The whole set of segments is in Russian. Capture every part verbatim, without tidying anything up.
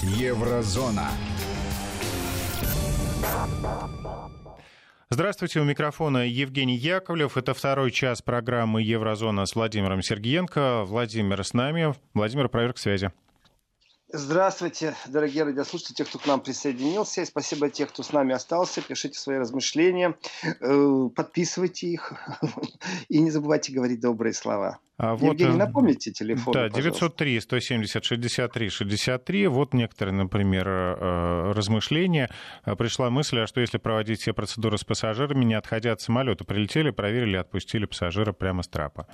Еврозона. Здравствуйте, у микрофона Евгений Яковлев. Это второй час программы «Еврозона» с Владимиром Сергиенко. Владимир с нами. Владимир, проверка связи. Здравствуйте, дорогие радиослушатели, те, кто к нам присоединился. И спасибо тем, кто с нами остался. Пишите свои размышления, подписывайте их и не забывайте говорить добрые слова. А Евгений, вот, напомните телефон. Да, девятьсот три сто семьдесят шестьдесят три шестьдесят три. Вот некоторые, например, размышления. Пришла мысль, а что если проводить все процедуры с пассажирами, не отходя от самолета, прилетели, проверили, отпустили пассажира прямо с трапа?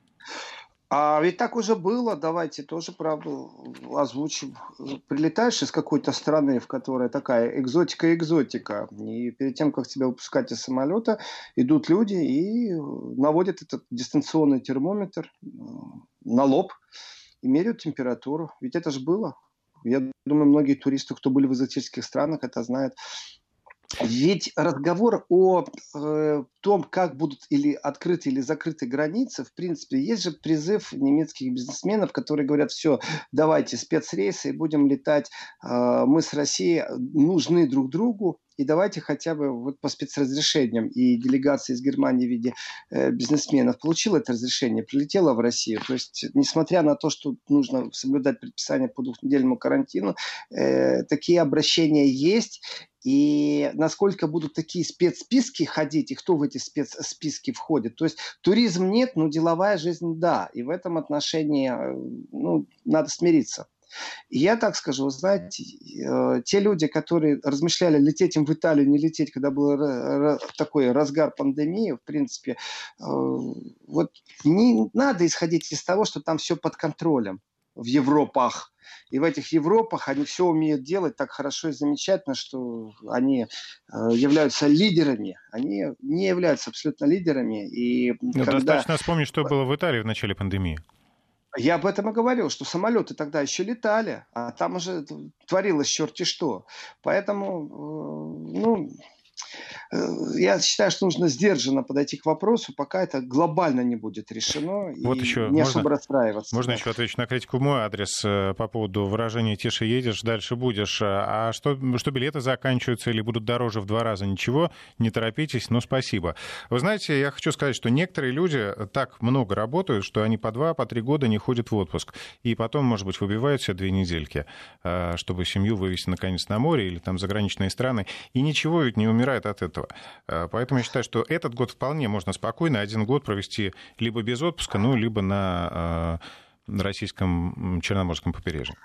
А ведь так уже было, давайте тоже правду озвучим. Прилетаешь из какой-то страны, в которой такая экзотика-экзотика, и перед тем, как тебя выпускать из самолета, идут люди и наводят этот дистанционный термометр на лоб и меряют температуру. Ведь это же было. Я думаю, многие туристы, кто были в экзотических странах, это знают. Ведь разговор о э, том, как будут или открыты, или закрыты границы, в принципе, есть же призыв немецких бизнесменов, которые говорят: все, давайте спецрейсы, будем летать, э, мы с Россией нужны друг другу, и давайте хотя бы вот по спецразрешениям. И делегация из Германии в виде э, бизнесменов получила это разрешение, прилетела в Россию. То есть, несмотря на то, что нужно соблюдать предписания по двухнедельному карантину, э, такие обращения есть. И насколько будут такие спецсписки ходить, и кто в эти спецсписки входит. То есть туризм нет, но деловая жизнь да. И в этом отношении ну, надо смириться. И я так скажу, знаете, э, те люди, которые размышляли, лететь им в Италию, не лететь, когда был р- р- такой разгар пандемии, в принципе, э, вот не надо исходить из того, что там все под контролем в Европах. И в этих Европах они все умеют делать так хорошо и замечательно, что они э, являются лидерами. Они не являются абсолютно лидерами. И ну, когда... Достаточно вспомнить, что было в Италии в начале пандемии. Я об этом и говорил, что самолеты тогда еще летали, а там уже творилось черти что. Поэтому, э, ну... Я считаю, что нужно сдержанно подойти к вопросу, пока это глобально не будет решено, вот и еще не можно, особо расстраиваться. Можно да. еще ответить на критику в мой адрес по поводу выражения «тише едешь, дальше будешь». А что, что билеты заканчиваются или будут дороже в два раза? Ничего, не торопитесь, но спасибо. Вы знаете, я хочу сказать, что некоторые люди так много работают, что они по два, по три года не ходят в отпуск. И потом, может быть, выбивают себе две недельки, чтобы семью вывести наконец на море или там заграничные страны. И ничего ведь не умирает от этого. Поэтому я считаю, что этот год вполне можно спокойно один год провести либо без отпуска, ну, либо на российском Черноморском побережье.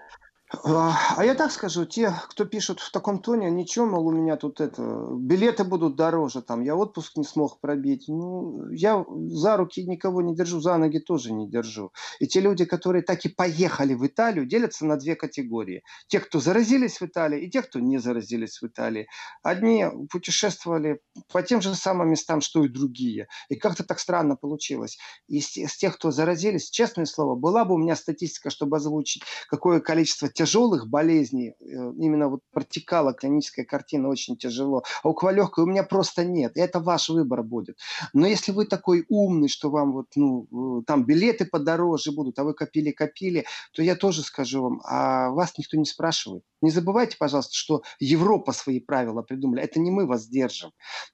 А я так скажу, те, кто пишут в таком тоне, ничего, мол, у меня тут это, билеты будут дороже, там, я отпуск не смог пробить. Ну, я за руки никого не держу, за ноги тоже не держу. И те люди, которые так и поехали в Италию, делятся на две категории. Те, кто заразились в Италии, и те, кто не заразились в Италии. Одни путешествовали по тем же самым местам, что и другие. И как-то так странно получилось. Из тех, кто заразились, честное слово, была бы у меня статистика, чтобы озвучить, какое количество тяжелых болезней, именно вот протекала клиническая картина очень тяжело, а у кого легкой у меня просто нет, и это ваш выбор будет. Но если вы такой умный, что вам вот, ну, там билеты подороже будут, а вы копили-копили, то я тоже скажу вам, а вас никто не спрашивает. Не забывайте, пожалуйста, что Европа свои правила придумала, это не мы вас держим.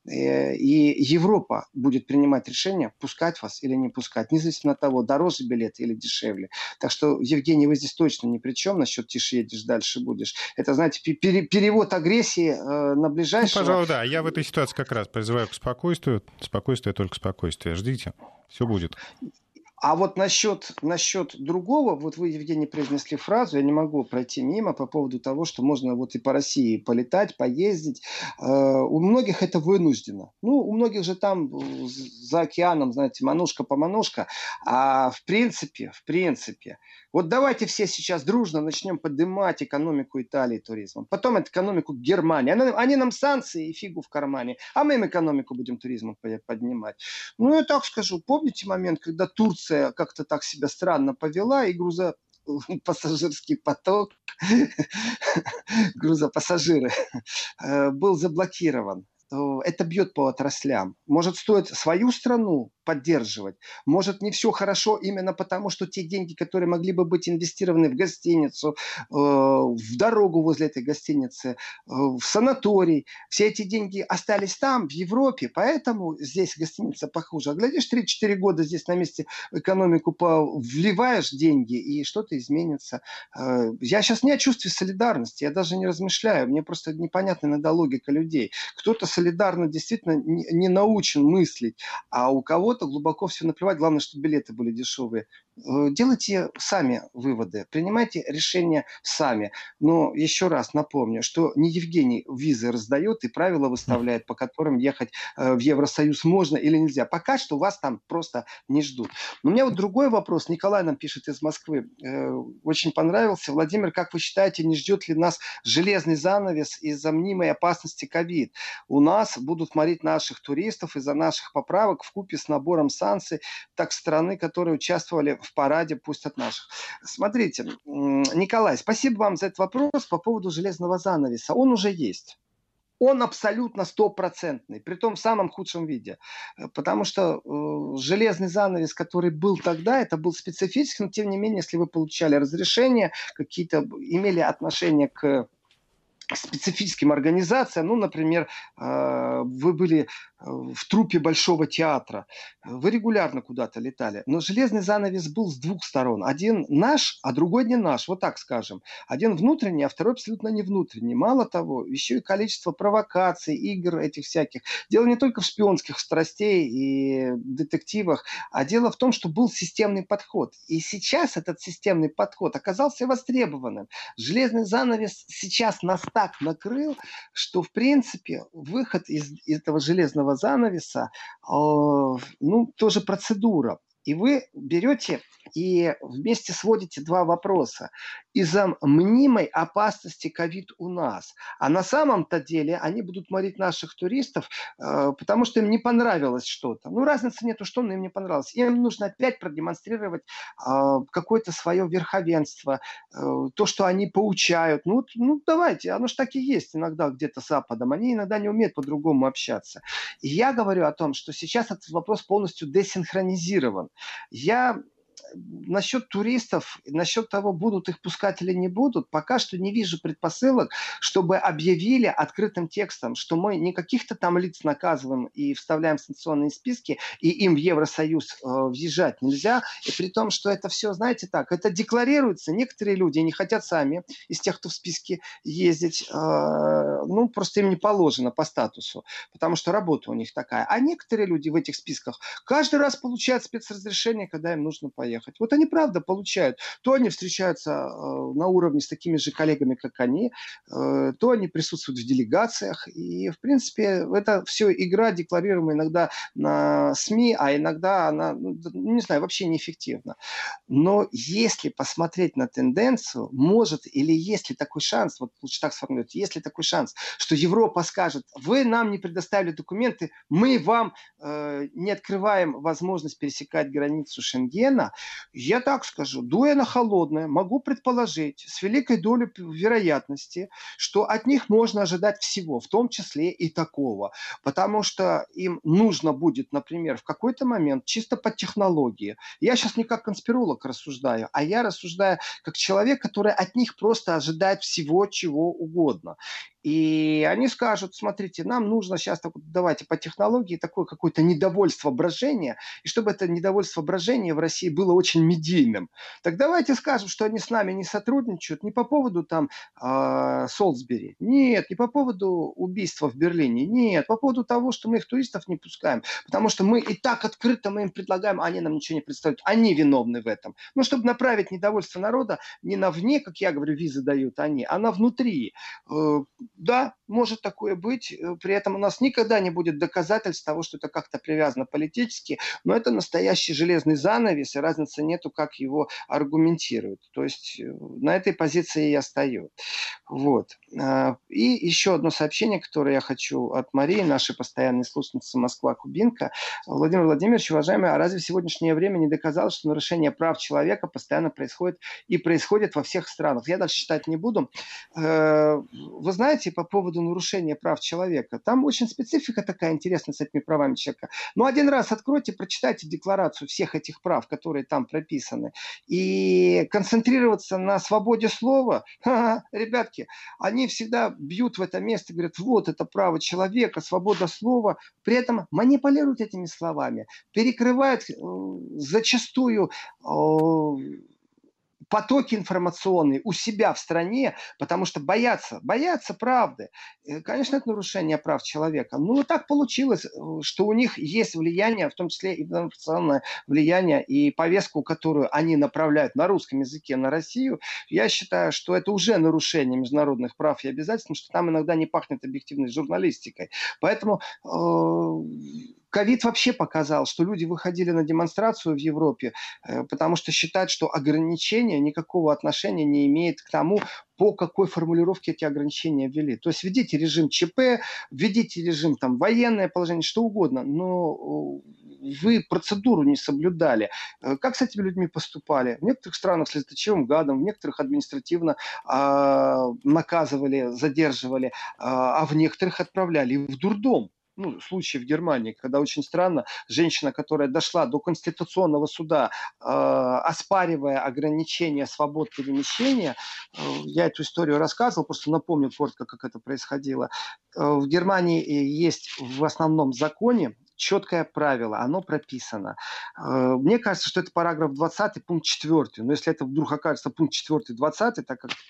И Европа будет принимать решение, пускать вас или не пускать, независимо от того, дороже билет или дешевле. Так что, Евгений, вы здесь точно ни при чем насчет «тише едешь, дальше будешь». Это, знаете, пере- перевод агрессии э, на ближайшего. Ну, пожалуй, да. Я в этой ситуации как раз призываю к спокойствию. Спокойствие, только спокойствие. Ждите, все будет. А вот насчет, насчет другого, вот вы, Евгений, произнесли фразу, я не могу пройти мимо по поводу того, что можно вот и по России полетать, поездить. Э, у многих это вынуждено. Ну, у многих же там за океаном, знаете, манушка по манушка. А в принципе, в принципе, вот давайте все сейчас дружно начнем поднимать экономику Италии туризмом. Потом экономику Германии. Они, они нам санкции и фигу в кармане. А мы им экономику будем туризмом поднимать. Ну, я так скажу. Помните момент, когда Турция как-то так себя странно повела и груза пассажирский поток, грузопассажиры, был заблокирован? Это бьет по отраслям. Может, стоит свою страну поддерживать. Может, не все хорошо именно потому, что те деньги, которые могли бы быть инвестированы в гостиницу, э, в дорогу возле этой гостиницы, э, в санаторий, все эти деньги остались там, в Европе, поэтому здесь гостиница похуже. А глядишь, три-четыре года здесь на месте в экономику вливаешь деньги, и что-то изменится. Э, Я сейчас не о чувстве солидарности, я даже не размышляю, мне просто непонятна иногда логика людей. Кто-то солидарно действительно не не научен мыслить, а у кого-то глубоко все наплевать, главное, чтобы билеты были дешевые. Э, Делайте сами выводы, принимайте решения сами. Но еще раз напомню, что не Евгений визы раздает и правила выставляет, по которым ехать э, в Евросоюз можно или нельзя. Пока что вас там просто не ждут. Но у меня вот другой вопрос. Николай нам пишет из Москвы. Э, Очень понравился. Владимир, как вы считаете, не ждет ли нас железный занавес из-за мнимой опасности ковид? У нас будут морить наших туристов из-за наших поправок вкупе с набором санкций, так страны, которые участвовали в параде, пустят наших. Смотрите, Николай, спасибо вам за этот вопрос по поводу железного занавеса. Он уже есть. Он абсолютно стопроцентный, при том в самом худшем виде. Потому что э, железный занавес, который был тогда, это был специфический, но тем не менее, если вы получали разрешение, какие-то имели отношение к специфическим организациям, ну, например, э, вы были в труппе Большого театра, вы регулярно куда-то летали, но железный занавес был с двух сторон. Один наш, а другой не наш, вот так скажем. Один внутренний, а второй абсолютно не внутренний. Мало того, еще и количество провокаций, игр этих всяких. Дело не только в шпионских страстей и детективах, а дело в том, что был системный подход. И сейчас этот системный подход оказался востребованным. Железный занавес сейчас нас так накрыл, что, в принципе, выход из, из этого железного занавеса, э, ну, тоже процедура. И вы берете и вместе сводите два вопроса. Из-за мнимой опасности ковид у нас. А на самом-то деле они будут морить наших туристов, э, потому что им не понравилось что-то. Ну, разницы нету, что, но им не понравилось. Им нужно опять продемонстрировать э, какое-то свое верховенство, э, то, что они поучают. Ну, ну, давайте, оно же так и есть иногда где-то с Западом. Они иногда не умеют по-другому общаться. И я говорю о том, что сейчас этот вопрос полностью десинхронизирован. Я насчет туристов, насчет того, будут их пускать или не будут, пока что не вижу предпосылок, чтобы объявили открытым текстом, что мы не каких-то там лиц наказываем и вставляем в санкционные списки, и им в Евросоюз э, въезжать нельзя, и при том, что это все, знаете так, это декларируется, некоторые люди не хотят сами из тех, кто в списке ездить, э, ну, просто им не положено по статусу, потому что работа у них такая, а некоторые люди в этих списках каждый раз получают спецразрешение, когда им нужно поехать. Вот они правда получают. То они встречаются э, на уровне с такими же коллегами, как они, э, то они присутствуют в делегациях. И, в принципе, это все игра, декларируемая иногда на СМИ, а иногда она, ну, не знаю, вообще неэффективна. Но если посмотреть на тенденцию, может или есть ли такой шанс, вот лучше так сформулировать, есть ли такой шанс, что Европа скажет, вы нам не предоставили документы, мы вам э, не открываем возможность пересекать границу Шенгена, я так скажу, дуя на холодное, могу предположить с великой долей вероятности, что от них можно ожидать всего, в том числе и такого. Потому что им нужно будет, например, в какой-то момент чисто по технологии. Я сейчас не как конспиролог рассуждаю, а я рассуждаю как человек, который от них просто ожидает всего, чего угодно. И они скажут, смотрите, нам нужно сейчас, так вот, давайте по технологии такое какое-то недовольство брожения, и чтобы это недовольство брожения в России было очень медийным. Так давайте скажем, что они с нами не сотрудничают не по поводу там э, Солсбери, нет, не по поводу убийства в Берлине, нет, по поводу того, что мы их туристов не пускаем, потому что мы и так открыто мы им предлагаем, а они нам ничего не представляют, они виновны в этом. Ну, чтобы направить недовольство народа не на вне, как я говорю, визы дают они, а на внутри. Да, может такое быть. При этом у нас никогда не будет доказательств того, что это как-то привязано политически. Но это настоящий железный занавес, и разницы нету, как его аргументируют. То есть на этой позиции я стою. Вот. И еще одно сообщение, которое я хочу от Марии, нашей постоянной слушательницы Москва-Кубинка. Владимир Владимирович, уважаемый, а разве в сегодняшнее время не доказалось, что нарушение прав человека постоянно происходит и происходит во всех странах? Я дальше читать не буду. Вы знаете, по поводу поводу нарушения прав человека. Там очень специфика такая интересная с этими правами человека. Но один раз откройте, прочитайте декларацию всех этих прав, которые там прописаны, и концентрироваться на свободе слова, ха-ха, ребятки, они всегда бьют в это место, говорят, вот это право человека, свобода слова, при этом манипулируют этими словами, перекрывают э, зачастую э, потоки информационные у себя в стране, потому что боятся, боятся правды. И, конечно, это нарушение прав человека. Но так получилось, что у них есть влияние, в том числе и информационное влияние, и повестку, которую они направляют на русском языке на Россию. Я считаю, что это уже нарушение международных прав и обязательств, потому что там иногда не пахнет объективной журналистикой. Поэтому э- ковид вообще показал, что люди выходили на демонстрацию в Европе, потому что считают, что ограничения никакого отношения не имеют к тому, по какой формулировке эти ограничения ввели. То есть введите режим ЧП, введите режим там, военное положение, что угодно, но вы процедуру не соблюдали. Как с этими людьми поступали? В некоторых странах слезоточивым гадом, в некоторых административно э, наказывали, задерживали, э, а в некоторых отправляли в дурдом. Ну, случай в Германии, когда очень странно, женщина, которая дошла до Конституционного суда, э, оспаривая ограничения свобод перемещения, э, я эту историю рассказывал, просто напомню коротко, как это происходило. Э, в Германии есть в основном законе четкое правило, оно прописано. Мне кажется, что это параграф двадцатый, пункт четвёртый. Но если это вдруг окажется пункт четвёртый, двадцатый, так как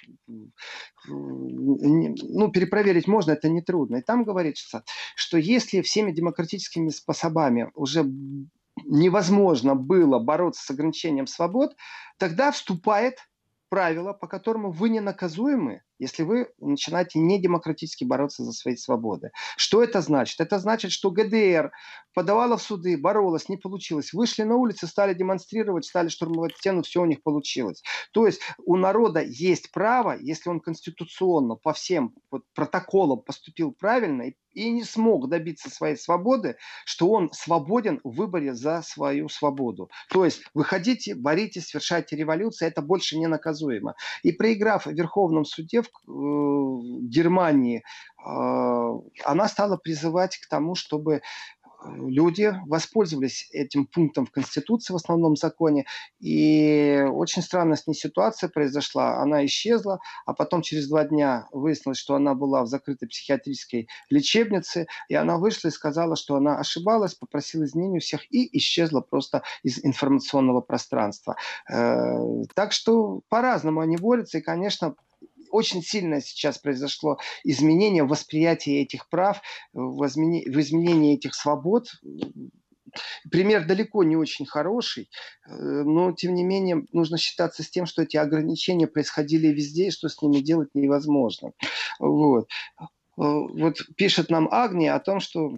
ну, перепроверить можно, это нетрудно. И там говорится, что если всеми демократическими способами уже невозможно было бороться с ограничением свобод, тогда вступает правило, по которому вы не наказуемы, если вы начинаете недемократически бороться за свои свободы. Что это значит? Это значит, что ГДР подавала в суды, боролась, не получилось. Вышли на улицы, стали демонстрировать, стали штурмовать стену, все у них получилось. То есть у народа есть право, если он конституционно по всем вот протоколам поступил правильно и, и не смог добиться своей свободы, что он свободен в выборе за свою свободу. То есть выходите, боритесь, совершайте революцию, это больше не наказуемо. И проиграв в Верховном суде в Германии, она стала призывать к тому, чтобы люди воспользовались этим пунктом в Конституции, в основном законе, и очень странная с ней ситуация произошла. Она исчезла, а потом через два дня выяснилось, что она была в закрытой психиатрической лечебнице, и она вышла и сказала, что она ошибалась, попросила извинений у всех и исчезла просто из информационного пространства. Так что по-разному они борются, и, конечно, очень сильно сейчас произошло изменение в восприятии этих прав, в изменении этих свобод. Пример далеко не очень хороший, но, тем не менее, нужно считаться с тем, что эти ограничения происходили везде, и что с ними делать невозможно. Вот, вот пишет нам Агния о том, что...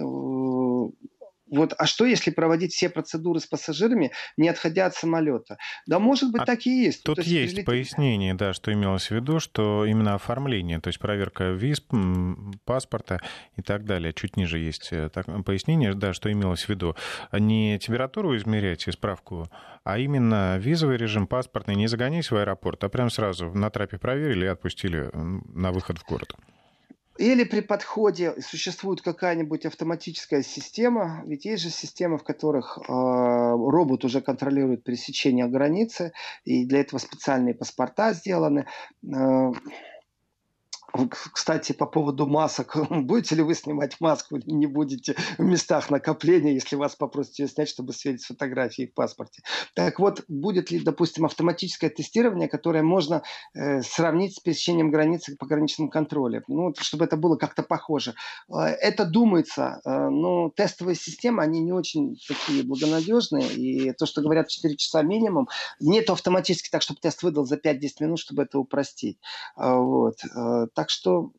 Вот, а что, если проводить все процедуры с пассажирами, не отходя от самолета? Да, может быть, а так и есть. Тут то есть, есть прилет... пояснение, да, что имелось в виду, что именно оформление, то есть проверка виз, паспорта и так далее. Чуть ниже есть пояснение, да, что имелось в виду. Не температуру измерять и справку, а именно визовый режим, паспортный. Не загоняйся в аэропорт, а прям сразу на трапе проверили и отпустили на выход в город. Или при подходе существует какая-нибудь автоматическая система, ведь есть же системы, в которых э, робот уже контролирует пересечение границы, и для этого специальные паспорта сделаны. Э, Кстати, по поводу масок. Будете ли вы снимать маску или не будете в местах накопления, если вас попросят ее снять, чтобы сверить с фотографией в паспорте? Так вот, будет ли, допустим, автоматическое тестирование, которое можно э, сравнить с пересечением границы по пограничному контролю? Ну, чтобы это было как-то похоже. Это думается, э, но тестовые системы, они не очень такие благонадежные. И то, что говорят четыре часа минимум, нет автоматически так, чтобы тест выдал за пять-десять минут, чтобы это упростить. Вот. Так что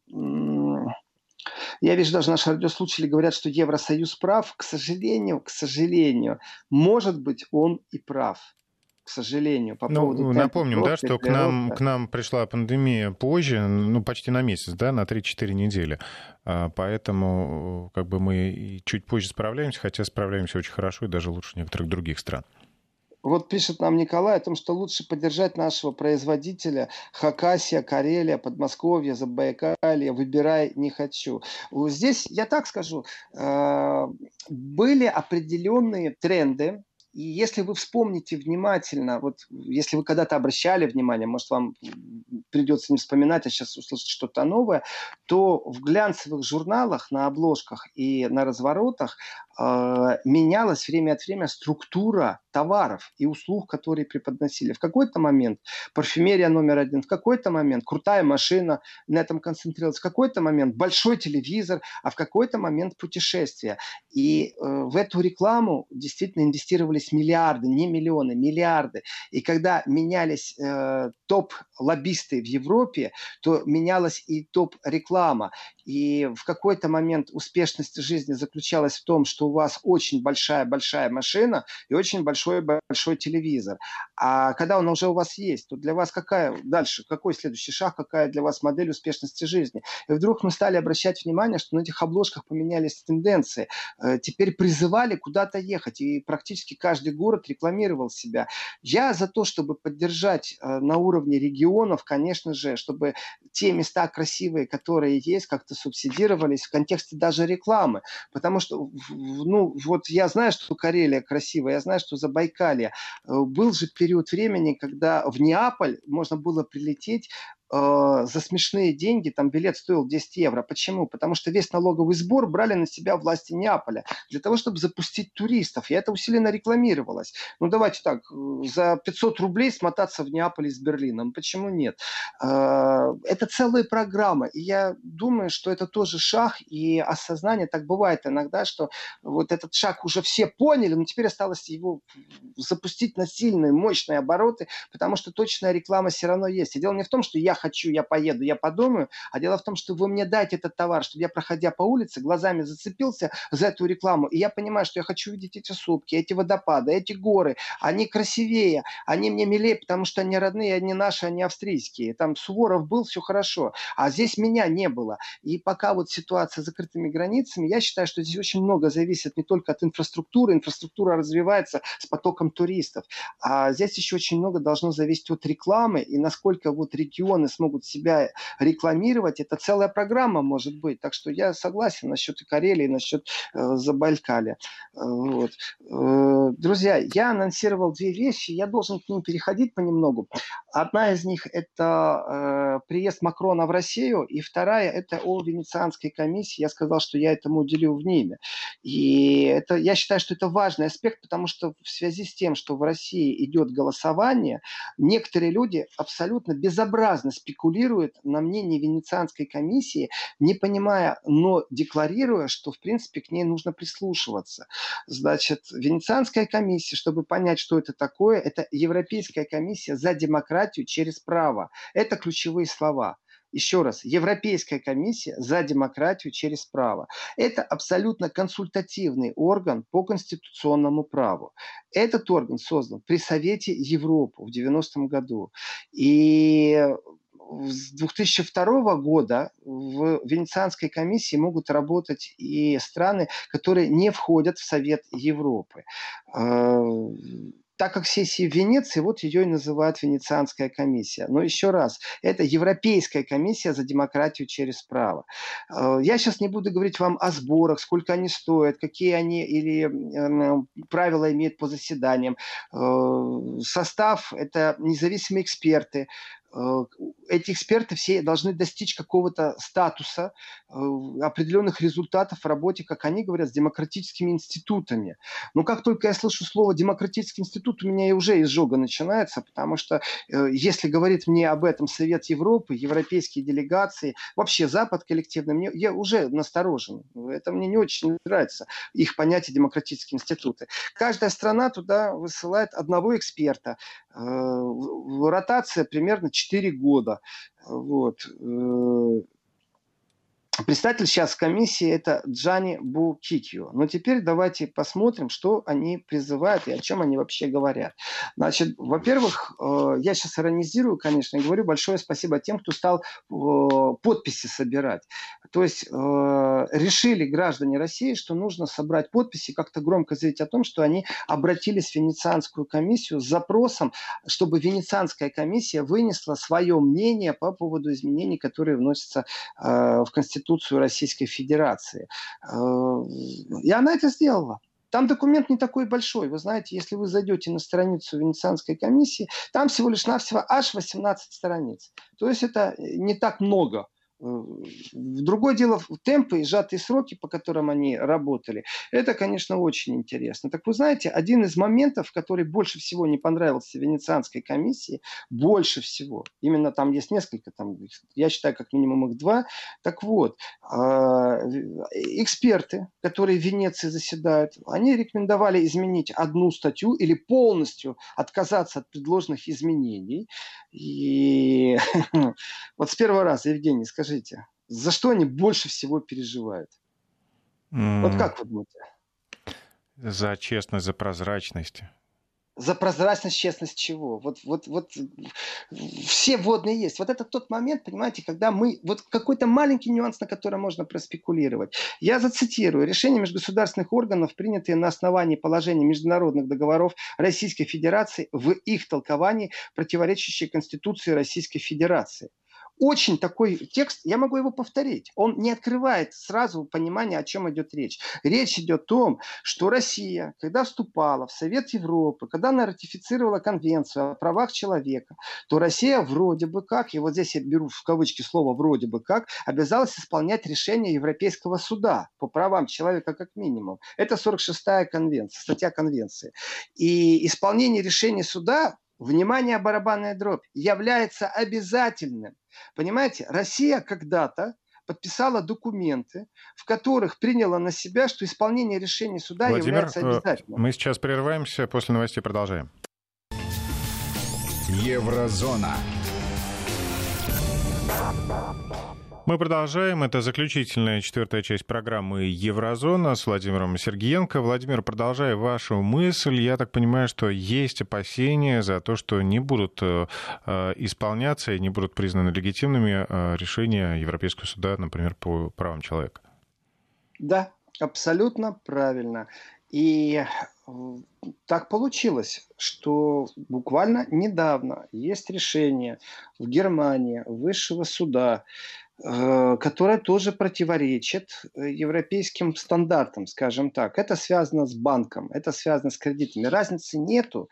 я вижу, даже наши радиослушатели говорят, что Евросоюз прав. К сожалению, к сожалению, может быть, он и прав. К сожалению, по ну, поводу... Напомним, да, что к нам, к нам пришла пандемия позже, ну, почти на месяц, да, на три-четыре недели. Поэтому как бы мы чуть позже справляемся, хотя справляемся очень хорошо и даже лучше некоторых других стран. Вот пишет нам Николай о том, что лучше поддержать нашего производителя Хакасия, Карелия, Подмосковье, Забайкалье, выбирай не хочу. Вот здесь я так скажу, э, были определенные тренды, и если вы вспомните внимательно, вот если вы когда-то обращали внимание, может вам придется не вспоминать, а сейчас услышать что-то новое, то в глянцевых журналах на обложках и на разворотах э, менялась время от времени структура товаров и услуг, которые преподносили. В какой-то момент парфюмерия номер один, в какой-то момент крутая машина на этом концентрировалась, в какой-то момент большой телевизор, а в какой-то момент путешествия. И э, в эту рекламу действительно инвестировались миллиарды, не миллионы, миллиарды. И когда менялись э, топ-лоббисты в Европе, то менялась и топ-реклама. И в какой-то момент успешность жизни заключалась в том, что у вас очень большая-большая машина и очень большой-большой телевизор. А когда он уже у вас есть, то для вас какая дальше, какой следующий шаг, какая для вас модель успешности жизни? И вдруг мы стали обращать внимание, что на этих обложках поменялись тенденции. Теперь призывали куда-то ехать, и практически каждый город рекламировал себя. Я за то, чтобы поддержать на уровне регионов, конечно же, чтобы те места красивые, которые есть, как-то субсидировались в контексте даже рекламы. Потому что, ну, вот я знаю, что Карелия красивая, я знаю, что Забайкалье. Был же период времени, когда в Неаполь можно было прилететь за смешные деньги, там билет стоил десять евро. Почему? Потому что весь налоговый сбор брали на себя власти Неаполя для того, чтобы запустить туристов. И это усиленно рекламировалось. Ну, давайте так, за пятьсот рублей смотаться в Неаполь из Берлина. Ну, почему нет? Это целая программа. И я думаю, что это тоже шаг и осознание. Так бывает иногда, что вот этот шаг уже все поняли, но теперь осталось его запустить на сильные, мощные обороты, потому что точная реклама все равно есть. И дело не в том, что я хочу, я поеду, я подумаю. А дело в том, что вы мне дайте этот товар, чтобы я, проходя по улице, глазами зацепился за эту рекламу. И я понимаю, что я хочу видеть эти сопки, эти водопады, эти горы. Они красивее, они мне милее, потому что они родные, они наши, они австрийские. Там Суворов был, все хорошо. А здесь меня не было. И пока вот ситуация с закрытыми границами, я считаю, что здесь очень много зависит не только от инфраструктуры. Инфраструктура развивается с потоком туристов. А здесь еще очень много должно зависеть от рекламы и насколько вот регионы смогут себя рекламировать, это целая программа может быть. Так что я согласен насчет и Карелии, насчет э, Забайкалья. Э, вот. э, друзья, я анонсировал две вещи, я должен к ним переходить понемногу. Одна из них это э, приезд Макрона в Россию, и вторая это о Венецианской комиссии. Я сказал, что я этому уделю внимание. И это, я считаю, что это важный аспект, потому что в связи с тем, что в России идет голосование, некоторые люди абсолютно безобразно спекулируют на мнение Венецианской комиссии, не понимая, но декларируя, что в принципе к ней нужно прислушиваться. Значит, Венецианская комиссия, чтобы понять, что это такое, это Европейская комиссия за демократию через право. Это ключевые слова. Еще раз, Европейская комиссия за демократию через право. Это абсолютно консультативный орган по конституционному праву. Этот орган создан при Совете Европы в девяностом году. И с две тысячи второго года в Венецианской комиссии могут работать и страны, которые не входят в Совет Европы. Так как сессии в Венеции, вот ее и называют Венецианская комиссия. Но еще раз, это Европейская комиссия за демократию через право. Я сейчас не буду говорить вам о сборах, сколько они стоят, какие они или э, правила имеют по заседаниям. Э, состав – это независимые эксперты. Эти эксперты все должны достичь какого-то статуса, определенных результатов в работе, как они говорят, с демократическими институтами. Но как только я слышу слово «демократический институт», у меня и уже изжога начинается, потому что если говорит мне об этом Совет Европы, европейские делегации, вообще Запад коллективно, мне, я уже насторожен. Это мне не очень нравится, их понятие демократические институты. Каждая страна туда высылает одного эксперта. Ротация примерно четыре года. Вот. Председатель сейчас комиссии — это Джани Букикио. Но теперь давайте посмотрим, что они призывают и о чем они вообще говорят. Значит, во-первых, э, я сейчас иронизирую, конечно, и говорю большое спасибо тем, кто стал э, подписи собирать. То есть э, решили граждане России, что нужно собрать подписи, как-то громко заявить о том, что они обратились в Венецианскую комиссию с запросом, чтобы Венецианская комиссия вынесла свое мнение по поводу изменений, которые вносятся э, в Конституцию Российской Федерации. И она это сделала. Там документ не такой большой. Вы знаете, если вы зайдете на страницу Венецианской комиссии, там всего лишь навсего аж восемнадцать страниц. То есть это не так много. Другое дело, темпы и сжатые сроки, по которым они работали, это, конечно, очень интересно. Так вы знаете, один из моментов, который больше всего не понравился Венецианской комиссии, больше всего, именно там есть несколько, там, я считаю, как минимум их два, так вот, эксперты, которые в Венеции заседают, они рекомендовали изменить одну статью или полностью отказаться от предложенных изменений. И вот с первого раза, Евгений, скажите, за что они больше всего переживают? Mm. Вот как вы думаете? За честность, за прозрачность. За прозрачность, честность чего? Вот, вот, вот все вводные есть. Вот это тот момент, понимаете, когда мы... Вот какой-то маленький нюанс, на который можно проспекулировать. Я зацитирую. Решения межгосударственных органов, принятые на основании положений международных договоров Российской Федерации в их толковании, противоречащие Конституции Российской Федерации. Очень такой текст, я могу его повторить. Он не открывает сразу понимание, о чем идет речь. Речь идет о том, что Россия, когда вступала в Совет Европы, когда она ратифицировала Конвенцию о правах человека, то Россия вроде бы как, и вот здесь я беру в кавычки слово «вроде бы как», обязалась исполнять решение Европейского суда по правам человека как минимум. Это сорок шестая конвенция, статья Конвенции. И исполнение решения суда, внимание, барабанная дробь, является обязательным. Понимаете, Россия когда-то подписала документы, в которых приняла на себя, что исполнение решения суда Владимир, является обязательным. Мы сейчас прерываемся, после новостей продолжаем. Еврозона. Мы продолжаем. Это заключительная четвертая часть программы «Еврозона» с Владимиром Сергиенко. Владимир, продолжая вашу мысль, я так понимаю, что есть опасения за то, что не будут э, исполняться и не будут признаны легитимными э, решения Европейского суда, например, по правам человека. Да, абсолютно правильно. И так получилось, что буквально недавно есть решение в Германии Высшего суда, которая тоже противоречит европейским стандартам, скажем так. Это связано с банком, это связано с кредитами. Разницы нету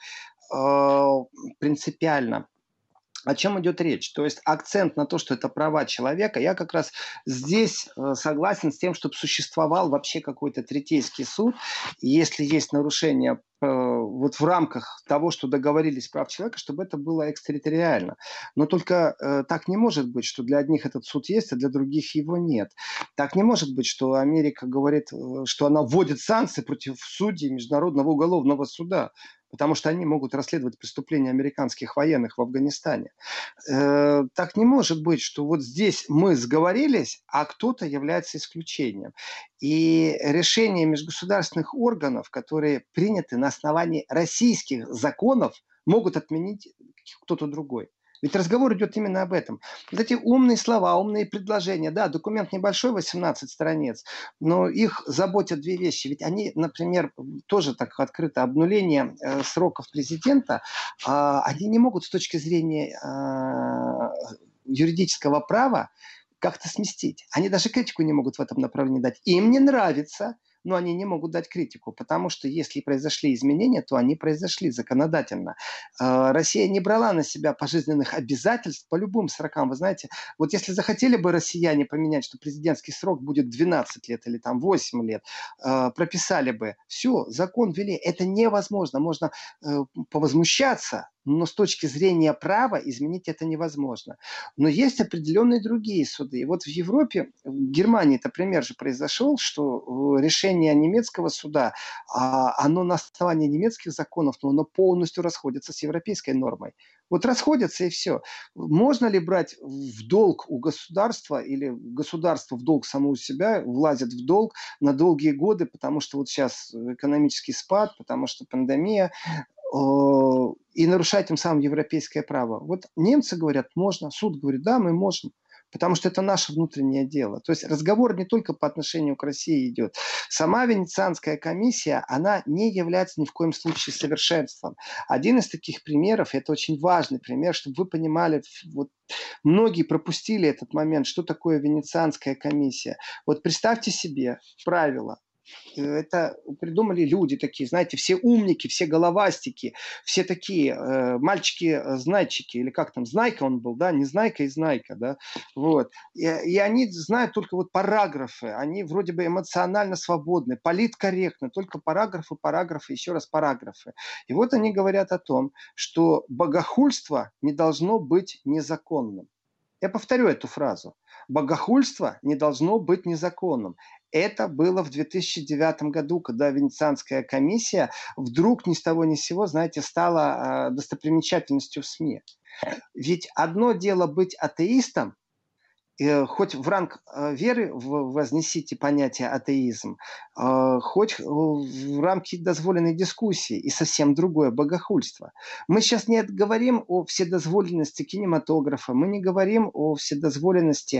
принципиально. О чем идет речь? То есть акцент на то, что это права человека, я как раз здесь согласен с тем, чтобы существовал вообще какой-то третейский суд. И если есть нарушение вот в рамках того, что договорились прав человека, чтобы это было экстерриториально. Но только э, так не может быть, что для одних этот суд есть, а для других его нет. Так не может быть, что Америка говорит, что она вводит санкции против судей Международного уголовного суда, потому что они могут расследовать преступления американских военных в Афганистане. Э, так не может быть, что вот здесь мы сговорились, а кто-то является исключением. И решения межгосударственных органов, которые приняты на основании российских законов, могут отменить кто-то другой. Ведь разговор идет именно об этом. Вот эти умные слова, умные предложения. Да, документ небольшой, восемнадцать страниц, но их заботят две вещи. Ведь они, например, тоже так открыто обнуление э, сроков президента, э, они не могут с точки зрения э, юридического права как-то сместить. Они даже критику не могут в этом направлении дать. Им не нравится, но они не могут дать критику, потому что если произошли изменения, то они произошли законодательно. Россия не брала на себя пожизненных обязательств по любым срокам. Вы знаете, вот если захотели бы россияне поменять, что президентский срок будет двенадцать лет или там восемь лет, прописали бы, все, закон ввели. Это невозможно. Можно повозмущаться, но с точки зрения права изменить это невозможно. Но есть определенные другие суды. И вот в Европе, в Германии это пример же произошел, что решение немецкого суда, оно на основании немецких законов, но оно полностью расходится с европейской нормой. Вот расходятся и все. Можно ли брать в долг у государства или государство в долг само у себя, влазит в долг на долгие годы, потому что вот сейчас экономический спад, потому что пандемия, о, и нарушать тем самым европейское право. Вот немцы говорят, можно, суд говорит, да, мы можем. Потому что это наше внутреннее дело. То есть разговор не только по отношению к России идет. Сама Венецианская комиссия, она не является ни в коем случае совершенством. Один из таких примеров, и это очень важный пример, чтобы вы понимали, вот многие пропустили этот момент, что такое Венецианская комиссия. Вот представьте себе правила. Это придумали люди такие, знаете, все умники, все головастики, все такие э, мальчики-знайчики, или как там, Знайка он был, да, не Знайка и Знайка, да, вот. И, и они знают только вот параграфы, они вроде бы эмоционально свободны, политкорректны, только параграфы, параграфы, еще раз параграфы. И вот они говорят о том, что богохульство не должно быть незаконным. Я повторю эту фразу. Богохульство не должно быть незаконным. Это было в две тысячи девятом году, когда Венецианская комиссия вдруг ни с того ни с сего, знаете, стала достопримечательностью в СМИ. Ведь одно дело быть атеистом, хоть в ранг веры вознесите понятие атеизм, хоть в рамки дозволенной дискуссии, и совсем другое богохульство. Мы сейчас не говорим о вседозволенности кинематографа, мы не говорим о вседозволенности,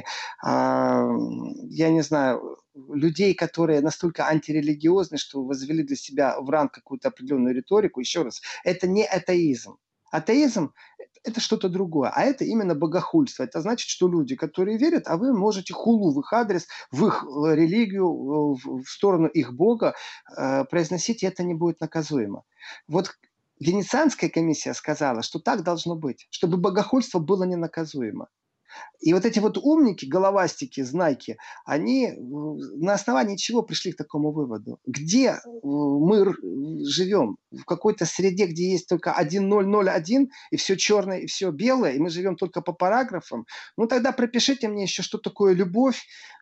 я не знаю, людей, которые настолько антирелигиозны, что возвели для себя в ранг какую-то определенную риторику. Еще раз, это не атеизм. Атеизм – это что-то другое, а это именно богохульство. Это значит, что люди, которые верят, а вы можете хулу в их адрес, в их религию, в сторону их бога произносить, и это не будет наказуемо. Вот Венецианская комиссия сказала, что так должно быть, чтобы богохульство было ненаказуемо. И вот эти вот умники, головастики, знайки, они на основании чего пришли к такому выводу? Где мы живем? В какой-то среде, где есть только один ноль ноль один, и все черное, и все белое, и мы живем только по параграфам? Ну тогда пропишите мне еще, что такое любовь,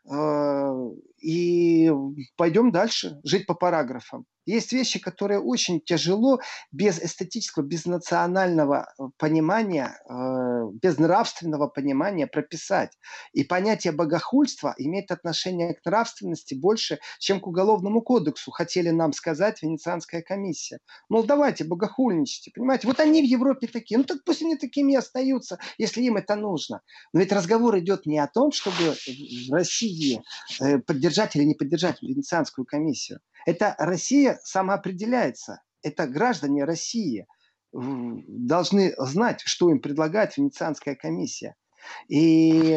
и пойдем дальше, жить по параграфам. Есть вещи, которые очень тяжело без эстетического, без национального понимания, без нравственного понимания прописать. И понятие богохульства имеет отношение к нравственности больше, чем к уголовному кодексу, хотели нам сказать Венецианская комиссия. Мол, давайте, богохульничайте, понимаете? Вот они в Европе такие, ну так пусть они такими и остаются, если им это нужно. Но ведь разговор идет не о том, чтобы в России поддержать или не поддержать Венецианскую комиссию. Это Россия самоопределяется. Это граждане России должны знать, что им предлагает Венецианская комиссия. И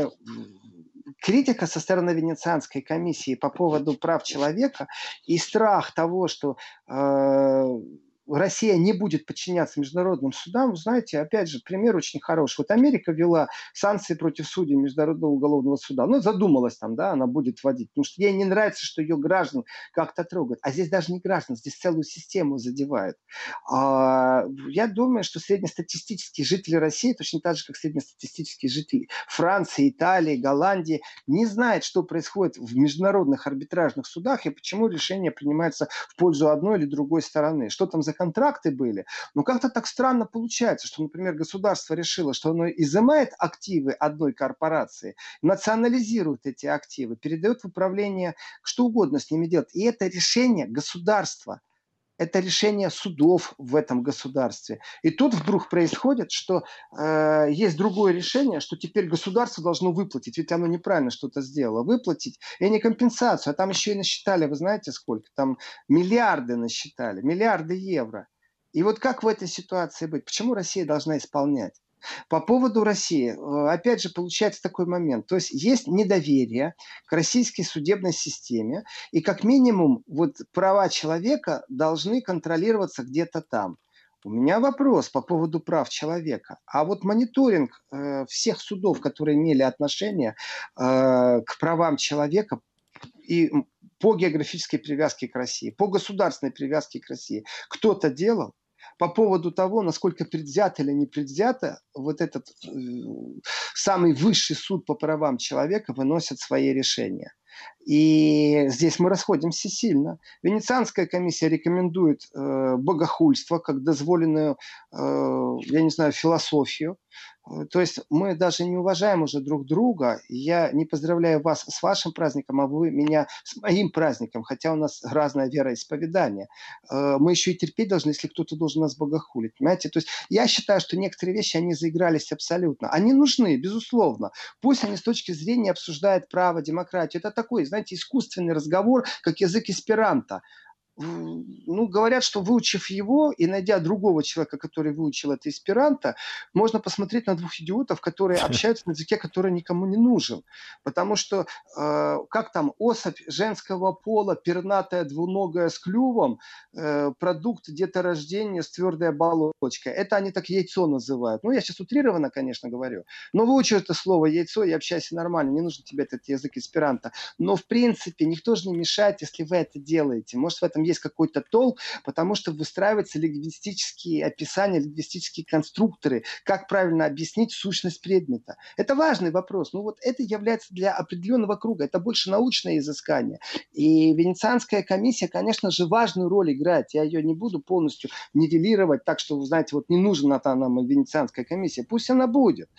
критика со стороны Венецианской комиссии по поводу прав человека и страх того, что э, Россия не будет подчиняться международным судам, вы знаете, опять же, пример очень хороший. Вот Америка ввела санкции против судей Международного уголовного суда. Ну, задумалась там, да, она будет вводить, потому что ей не нравится, что ее граждан как-то трогают. А здесь даже не граждан, здесь целую систему задевают. А, я думаю, что среднестатистические жители России, точно так же, как среднестатистические жители Франции, Италии, Голландии, не знают, что происходит в международных арбитражных судах и почему решения принимаются в пользу одной или другой стороны. Что там за контракты были. Но как-то так странно получается, что, например, государство решило, что оно изымает активы одной корпорации, национализирует эти активы, передает в управление, что угодно с ними делать. И это решение государства. Это решение судов в этом государстве. И тут вдруг происходит, что э, есть другое решение, что теперь государство должно выплатить, ведь оно неправильно что-то сделало, выплатить, и не компенсацию, а там еще и насчитали, вы знаете сколько? Там миллиарды насчитали, миллиарды евро. И вот как в этой ситуации быть? Почему Россия должна исполнять? По поводу России, опять же, получается такой момент. То есть есть недоверие к российской судебной системе, и как минимум вот права человека должны контролироваться где-то там. У меня вопрос по поводу прав человека. А вот мониторинг э, всех судов, которые имели отношение э, к правам человека и по географической привязке к России, по государственной привязке к России, кто-то делал? По поводу того, насколько предвзято или не предвзято вот этот э, самый высший суд по правам человека выносит свои решения. И здесь мы расходимся сильно. Венецианская комиссия рекомендует э, богохульство как дозволенную, э, я не знаю, философию. То есть мы даже не уважаем уже друг друга. Я не поздравляю вас с вашим праздником, а вы меня с моим праздником, хотя у нас разное вероисповедание. Мы еще и терпеть должны, если кто-то должен нас богохулить. Понимаете? То есть я считаю, что некоторые вещи, они заигрались абсолютно. Они нужны, безусловно. Пусть они с точки зрения обсуждают право, демократию. Это такой, знаете, искусственный разговор, как язык эсперанто. Ну, говорят, что выучив его и найдя другого человека, который выучил это эсперанто, можно посмотреть на двух идиотов, которые общаются на языке, который никому не нужен. Потому что, э, как там, особь женского пола, пернатая, двуногая с клювом, э, продукт деторождения с твердой оболочкой. Это они так яйцо называют. Ну, я сейчас утрированно, конечно, говорю. Но выучи это слово яйцо и общайся нормально. Не нужен тебе этот язык эсперанто. Но, в принципе, никто же не мешает, если вы это делаете. Может, в этом есть какой-то толк, потому что выстраиваются лингвистические описания, лингвистические конструкторы, как правильно объяснить сущность предмета. Это важный вопрос. Ну вот это является для определенного круга. Это больше научное изыскание. И Венецианская комиссия, конечно же, важную роль играет. Я ее не буду полностью нивелировать, так что, вы знаете, вот не нужна нам Венецианская комиссия. Пусть она будет.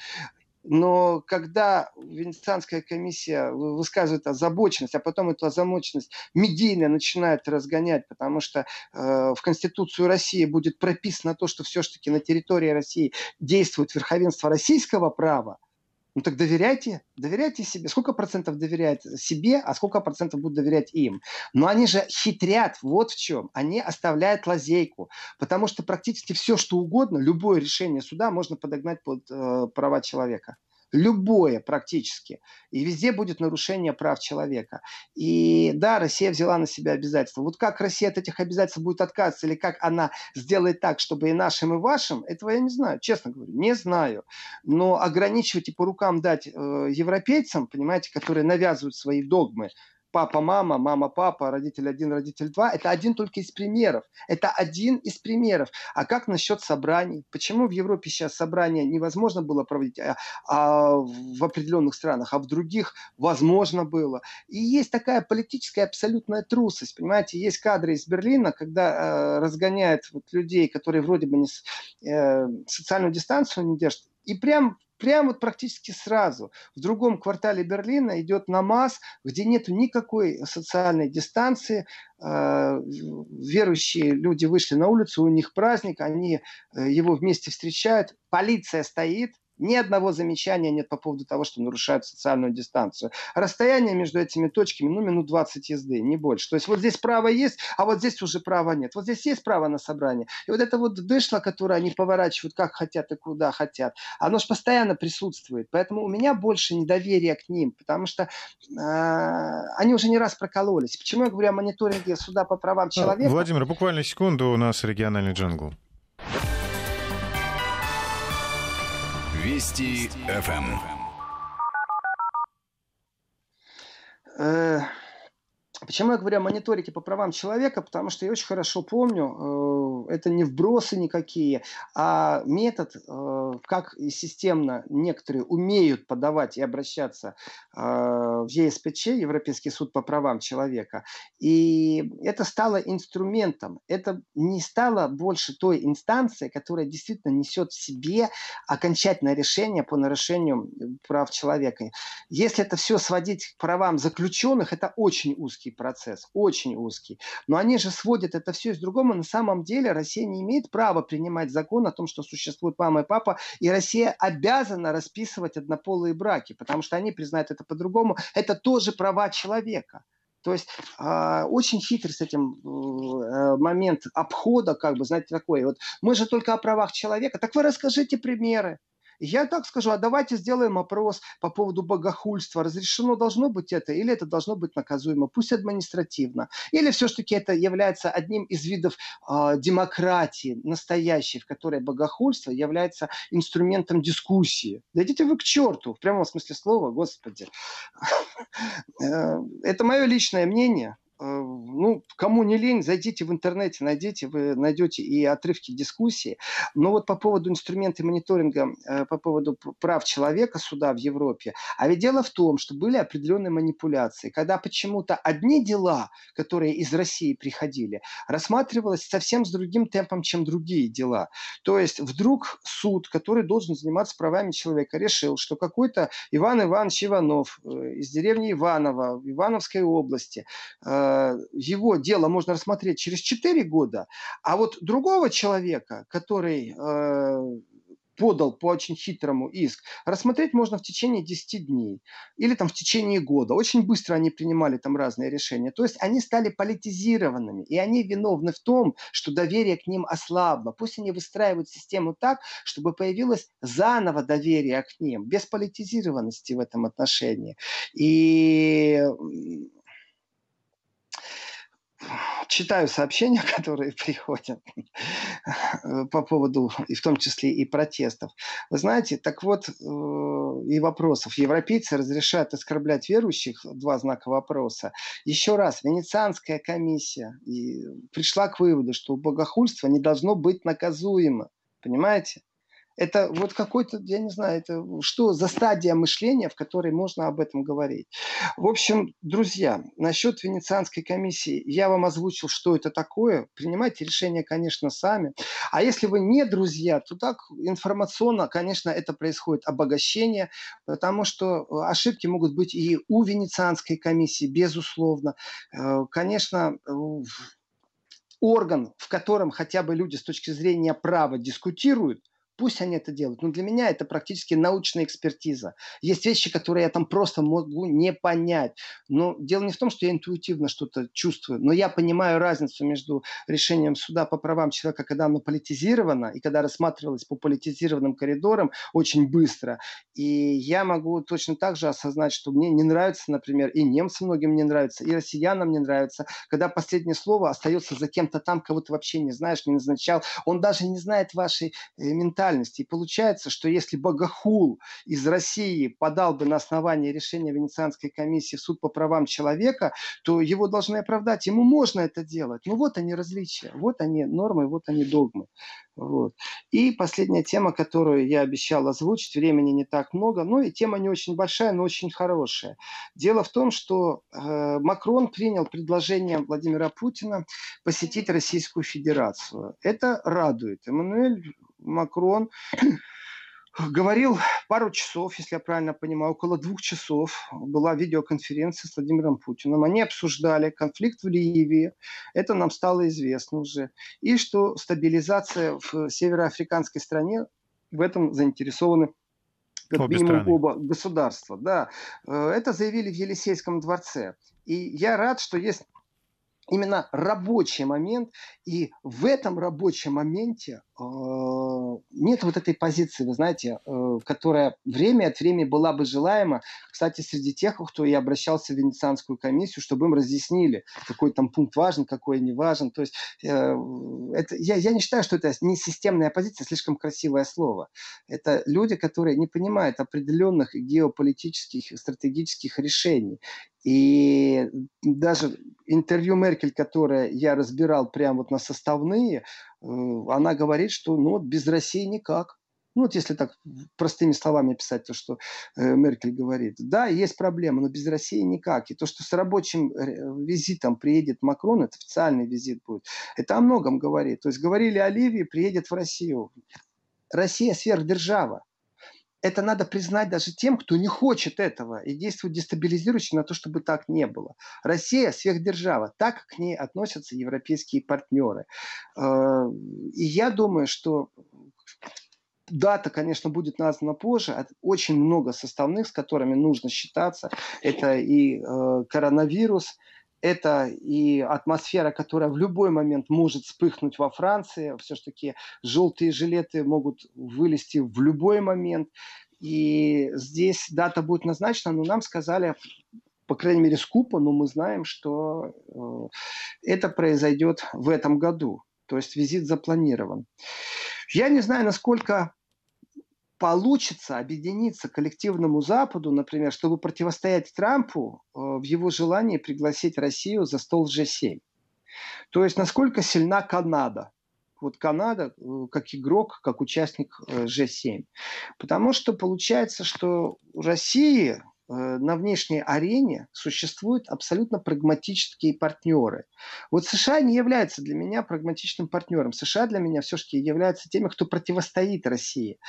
Но когда Венецианская комиссия высказывает озабоченность, а потом эту озабоченность медийно начинает разгонять, потому что э, в Конституцию России будет прописано то, что все-таки на территории России действует верховенство российского права, ну так доверяйте, доверяйте себе. Сколько процентов доверяет себе, а сколько процентов будут доверять им? Но они же хитрят, вот в чем. Они оставляют лазейку, потому что практически все, что угодно, любое решение суда можно подогнать под э, права человека. Любое практически. И везде будет нарушение прав человека. И да, Россия взяла на себя обязательства. Вот как Россия от этих обязательств будет отказываться, или как она сделает так, чтобы и нашим, и вашим, этого я не знаю. Честно говорю, не знаю. Но ограничивать и по рукам дать э, европейцам, понимаете, которые навязывают свои догмы, папа-мама, мама-папа, родитель один, родитель два. Это один только из примеров. Это один из примеров. А как насчет собраний? Почему в Европе сейчас собрания невозможно было проводить, а, а в определенных странах, а в других возможно было? И есть такая политическая абсолютная трусость. Понимаете, есть кадры из Берлина, когда э, разгоняют вот людей, которые вроде бы не, э, социальную дистанцию не держат, и прям Прямо вот практически сразу в другом квартале Берлина идет намаз, где нет никакой социальной дистанции. Верующие люди вышли на улицу, у них праздник, они его вместе встречают. Полиция стоит. Ни одного замечания нет по поводу того, что нарушают социальную дистанцию. Расстояние между этими точками, ну, минут двадцать езды, не больше. То есть вот здесь право есть, а вот здесь уже права нет. Вот здесь есть право на собрание. И вот это вот дышло, которое они поворачивают как хотят и куда хотят, оно же постоянно присутствует. Поэтому у меня больше недоверия к ним, потому что э, они уже не раз прокололись. Почему я говорю о мониторинге суда по правам человека? Владимир, буквально секунду, у нас региональный джингл. Вести эф эм. Почему я говорю о мониторинге по правам человека? Потому что я очень хорошо помню, это не вбросы никакие, а метод, как системно некоторые умеют подавать и обращаться в е эс пэ че, Европейский суд по правам человека. И это стало инструментом. Это не стало больше той инстанцией, которая действительно несет в себе окончательное решение по нарушению прав человека. Если это все сводить к правам заключенных, это очень узкий процесс, очень узкий. Но они же сводят это все из другого. На самом деле Россия не имеет права принимать закон о том, что существует мама и папа, и Россия обязана расписывать однополые браки, потому что они признают это по-другому. Это тоже права человека. То есть э, очень хитрый с этим э, момент обхода, как бы, знаете, такой. Вот мы же только о правах человека. Так вы расскажите примеры. Я так скажу, а давайте сделаем опрос по поводу богохульства. Разрешено должно быть это, или это должно быть наказуемо, пусть административно. Или все-таки это является одним из видов э, демократии настоящей, в которой богохульство является инструментом дискуссии. Да идите вы к черту, в прямом смысле слова, господи. Это мое личное мнение. ну, кому не лень, зайдите в интернете, найдите, вы найдете и отрывки дискуссии. Но вот по поводу инструмента мониторинга, э, по поводу прав человека суда в Европе, а ведь дело в том, что были определенные манипуляции, когда почему-то одни дела, которые из России приходили, рассматривалось совсем с другим темпом, чем другие дела. То есть вдруг суд, который должен заниматься правами человека, решил, что какой-то Иван Иванович Иванов э, из деревни Иваново в Ивановской области, э, его дело можно рассмотреть через четыре года, а вот другого человека, который э, подал по очень хитрому иск, рассмотреть можно в течение десяти дней или там в течение года. Очень быстро они принимали там разные решения. То есть они стали политизированными, и они виновны в том, что доверие к ним ослабло. Пусть они выстраивают систему так, чтобы появилось заново доверие к ним, без политизированности в этом отношении. И читаю сообщения, которые приходят по поводу, и в том числе и протестов. Вы знаете, так вот, и вопросов. Европейцы разрешают оскорблять верующих, два знака вопроса. Еще раз, Венецианская комиссия пришла к выводу, что богохульство не должно быть наказуемо. Понимаете? Это вот какой-то, я не знаю, это что за стадия мышления, в которой можно об этом говорить. В общем, друзья, насчет Венецианской комиссии я вам озвучил, что это такое. Принимайте решение, конечно, сами. А если вы не друзья, то так информационно, конечно, это происходит обогащение, потому что ошибки могут быть и у Венецианской комиссии, безусловно. Конечно, орган, в котором хотя бы люди с точки зрения права дискутируют, пусть они это делают. Но для меня это практически научная экспертиза. Есть вещи, которые я там просто могу не понять. Но дело не в том, что я интуитивно что-то чувствую, но я понимаю разницу между решением суда по правам человека, когда оно политизировано, и когда рассматривалось по политизированным коридорам очень быстро. И я могу точно так же осознать, что мне не нравится, например, и немцам многим не нравится, и россиянам не нравится, когда последнее слово остается за кем-то там, кого ты вообще не знаешь, не назначал. Он даже не знает вашей ментальности. И получается, что если богохул из России подал бы на основании решения Венецианской комиссии в суд по правам человека, то его должны оправдать. Ему можно это делать. Ну вот они различия, вот они нормы, вот они догмы. Вот. И последняя тема, которую я обещал озвучить, времени не так много, но и тема не очень большая, но очень хорошая. Дело в том, что э, Макрон принял предложение Владимира Путина посетить Российскую Федерацию. Это радует. Эммануэль Макрон говорил пару часов, если я правильно понимаю, около двух часов была видеоконференция с Владимиром Путиным. Они обсуждали конфликт в Ливии, это нам стало известно уже, и что стабилизация в североафриканской стране, в этом заинтересованы как Обе минимум страны. оба государства. Да. Это заявили в Елисейском дворце. И я рад, что есть именно рабочий момент, и в этом рабочем моменте э, нет вот этой позиции, вы знаете, э, которая время от времени была бы желаема, кстати, среди тех, кто и обращался в Венецианскую комиссию, чтобы им разъяснили, какой там пункт важен, какой не важен. То есть э, это, я, я не считаю, что это не системная позиция, слишком красивое слово. Это люди, которые не понимают определенных геополитических, стратегических решений. И даже интервью Меркель, которое я разбирал прямо вот на составные, она говорит, что ну, вот без России никак. Ну вот если так простыми словами писать то, что э, Меркель говорит. Да, есть проблема, но без России никак. И то, что с рабочим визитом приедет Макрон, это официальный визит будет, это о многом говорит. То есть говорили о Ливии, приедет в Россию. Россия сверхдержава. Это надо признать даже тем, кто не хочет этого и действует дестабилизирующе на то, чтобы так не было. Россия сверхдержава, так к ней относятся европейские партнеры. И я думаю, что дата, конечно, будет названа позже. Очень много составных, с которыми нужно считаться. Это и коронавирус, это и атмосфера, которая в любой момент может вспыхнуть во Франции. Все-таки желтые жилеты могут вылезти в любой момент. И здесь дата будет назначена, но нам сказали, по крайней мере, скупо, но мы знаем, что э, это произойдет в этом году. То есть визит запланирован. Я не знаю, насколько получится объединиться коллективному Западу, например, чтобы противостоять Трампу в его желании пригласить Россию за стол джи семь. То есть насколько сильна Канада. Вот Канада как игрок, как участник джи семь. Потому что получается, что у России на внешней арене существуют абсолютно прагматические партнеры. Вот США не является для меня прагматичным партнером. США для меня все-таки являются теми, кто противостоит России.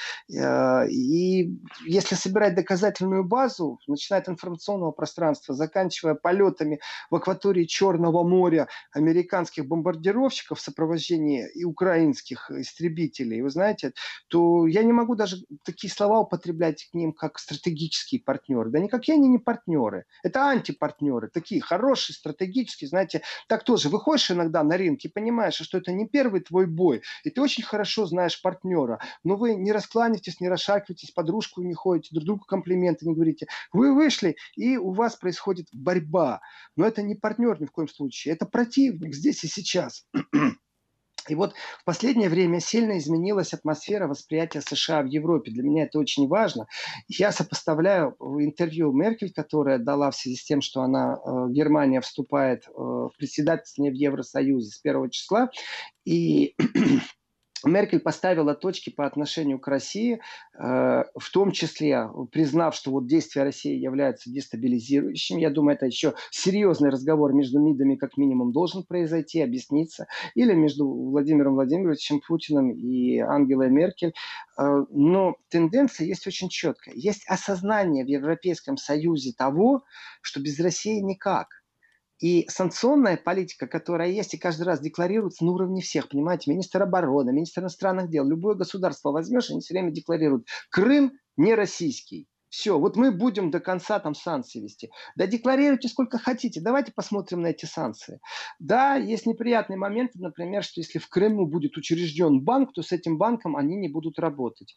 И если собирать доказательную базу, начиная от информационного пространства, заканчивая полетами в акватории Черного моря американских бомбардировщиков в сопровождении и украинских истребителей, вы знаете, то я не могу даже такие слова употреблять к ним, как стратегические партнеры. Да никакие они не партнеры. Это антипартнеры. Такие хорошие, стратегические. Знаете, так тоже. Выходишь иногда на ринг и понимаешь, что это не первый твой бой. И ты очень хорошо знаешь партнера. Но вы не раскланиваетесь, не расшаркиваетесь, под ручку не ходите, друг другу комплименты не говорите. Вы вышли, и у вас происходит борьба. Но это не партнер ни в коем случае. Это противник здесь и сейчас. И вот в последнее время сильно изменилась атмосфера восприятия США в Европе. Для меня это очень важно. Я сопоставляю интервью Меркель, которая дала в связи с тем, что она, Германия вступает в председательство в Евросоюзе с первого числа. И Меркель поставила точки по отношению к России, в том числе признав, что вот действия России являются дестабилизирующими. Я думаю, это еще серьезный разговор между МИДами как минимум должен произойти, объясниться. Или между Владимиром Владимировичем Путиным и Ангелой Меркель. Но тенденция есть очень четкая. Есть осознание в Европейском Союзе того, что без России никак. И санкционная политика, которая есть и каждый раз декларируется на уровне всех, понимаете, министр обороны, министр иностранных дел, любое государство возьмешь, они все время декларируют: Крым не российский. Все, вот мы будем до конца там санкции вести. Да декларируйте сколько хотите, давайте посмотрим на эти санкции. Да, есть неприятные моменты, например, что если в Крыму будет учрежден банк, то с этим банком они не будут работать.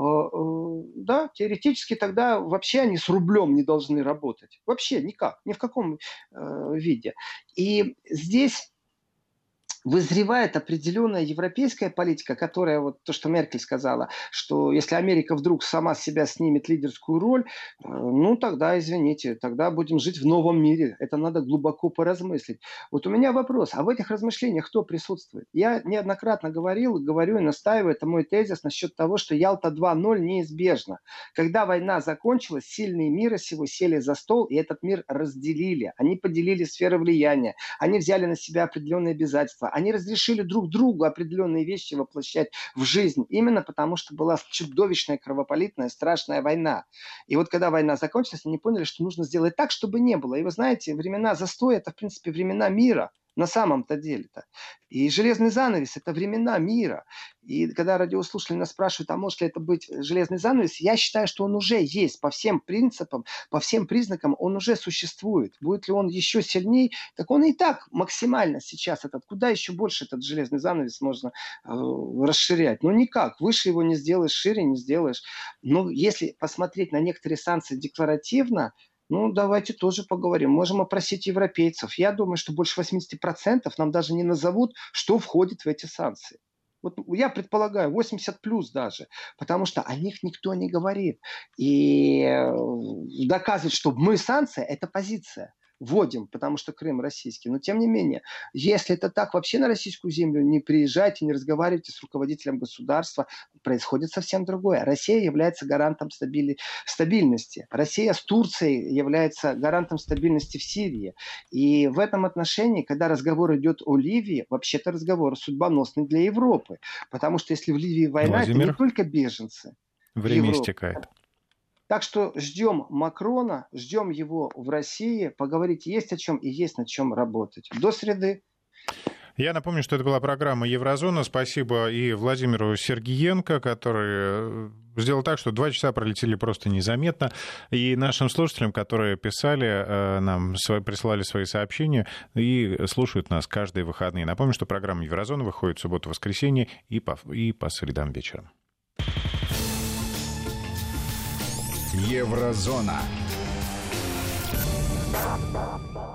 Да, теоретически тогда вообще они с рублем не должны работать. Вообще никак, ни в каком виде. И здесь вызревает определенная европейская политика, которая, вот то, что Меркель сказала, что если Америка вдруг сама себя снимет лидерскую роль, ну тогда, извините, тогда будем жить в новом мире. Это надо глубоко поразмыслить. Вот у меня вопрос, а в этих размышлениях кто присутствует? Я неоднократно говорил, говорю и настаиваю, это мой тезис насчет того, что Ялта два ноль неизбежна. Когда война закончилась, сильные мира сего сели за стол и этот мир разделили. Они поделили сферы влияния, они взяли на себя определенные обязательства. Они разрешили друг другу определенные вещи воплощать в жизнь, именно потому что была чудовищная, кровопролитная, страшная война. И вот когда война закончилась, они поняли, что нужно сделать так, чтобы не было. И вы знаете, времена застоя – это, в принципе, времена мира. На самом-то деле-то. И железный занавес – это времена мира. И когда радиослушатели нас спрашивают, а может ли это быть железный занавес, я считаю, что он уже есть. По всем принципам, по всем признакам он уже существует. Будет ли он еще сильней? Так он и так максимально сейчас этот. Куда еще больше этот железный занавес можно э, расширять? Ну никак. Выше его не сделаешь, шире не сделаешь. Но если посмотреть на некоторые санкции декларативно, ну, давайте тоже поговорим. Можем опросить европейцев. Я думаю, что больше восемьдесят процентов нам даже не назовут, что входит в эти санкции. Вот я предполагаю, восемьдесят плюс даже. Потому что о них никто не говорит. И доказывать, что мы санкции, это позиция. Вводим, потому что Крым российский. Но тем не менее, если это так, вообще на российскую землю не приезжайте, не разговаривайте с руководителем государства, происходит совсем другое. Россия является гарантом стабили... стабильности. Россия с Турцией является гарантом стабильности в Сирии. И в этом отношении, когда разговор идет о Ливии, вообще-то разговор судьбоносный для Европы. Потому что если в Ливии война, Владимир, это не только беженцы. Время Европы. Истекает. Так что ждем Макрона, ждем его в России. Поговорить есть о чем и есть над чем работать. До среды. Я напомню, что это была программа «Еврозона». Спасибо и Владимиру Сергиенко, который сделал так, что два часа пролетели просто незаметно. И нашим слушателям, которые писали нам, присылали свои сообщения и слушают нас каждые выходные. Напомню, что программа «Еврозона» выходит в субботу-воскресенье и по, и по средам вечером. Еврозона.